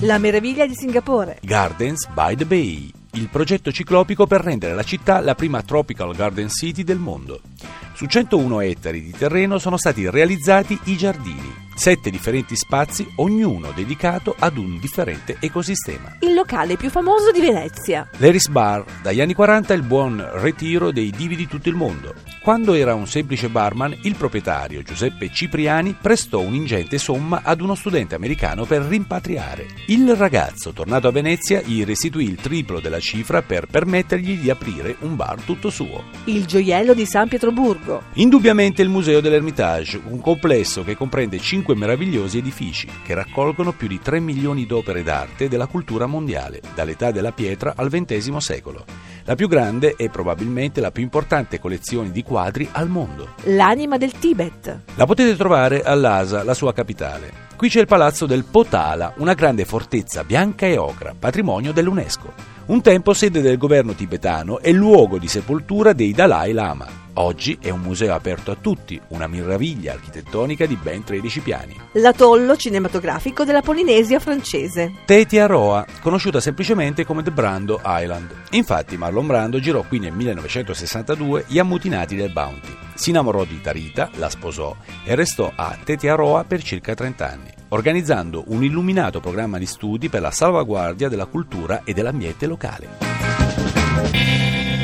La meraviglia di Singapore. Gardens by the Bay, il progetto ciclopico per rendere la città la prima tropical garden city del mondo. Su 101 ettari di terreno sono stati realizzati i giardini, 7 differenti spazi, ognuno dedicato ad un differente ecosistema. Il locale più famoso di Venezia. L'Eris Bar, dagli anni 40 il buon ritiro dei divi di tutto il mondo. Quando era un semplice barman, il proprietario Giuseppe Cipriani prestò un'ingente somma ad uno studente americano per rimpatriare. Il ragazzo, tornato a Venezia, gli restituì il triplo della cifra per permettergli di aprire un bar tutto suo. Il gioiello di San Pietroburgo. Indubbiamente il Museo dell'Ermitage, un complesso che comprende 5 meravigliosi edifici che raccolgono più di 3 milioni d'opere d'arte della cultura mondiale, dall'età della pietra al XX secolo. La più grande e probabilmente la più importante collezione di quadri al mondo. L'anima del Tibet. La potete trovare a Lhasa, la sua capitale. Qui c'è il palazzo del Potala, una grande fortezza bianca e ocra, patrimonio dell'UNESCO. Un tempo sede del governo tibetano e luogo di sepoltura dei Dalai Lama. Oggi è un museo aperto a tutti, una meraviglia architettonica di ben 13 piani. L'atollo cinematografico della Polinesia francese. Tetiaroa, conosciuta semplicemente come The Brando Island. Infatti Marlon Brando girò qui nel 1962 Gli ammutinati del Bounty. Si innamorò di Tarita, la sposò e restò a Tetiaroa per circa 30 anni, organizzando un illuminato programma di studi per la salvaguardia della cultura e dell'ambiente locale.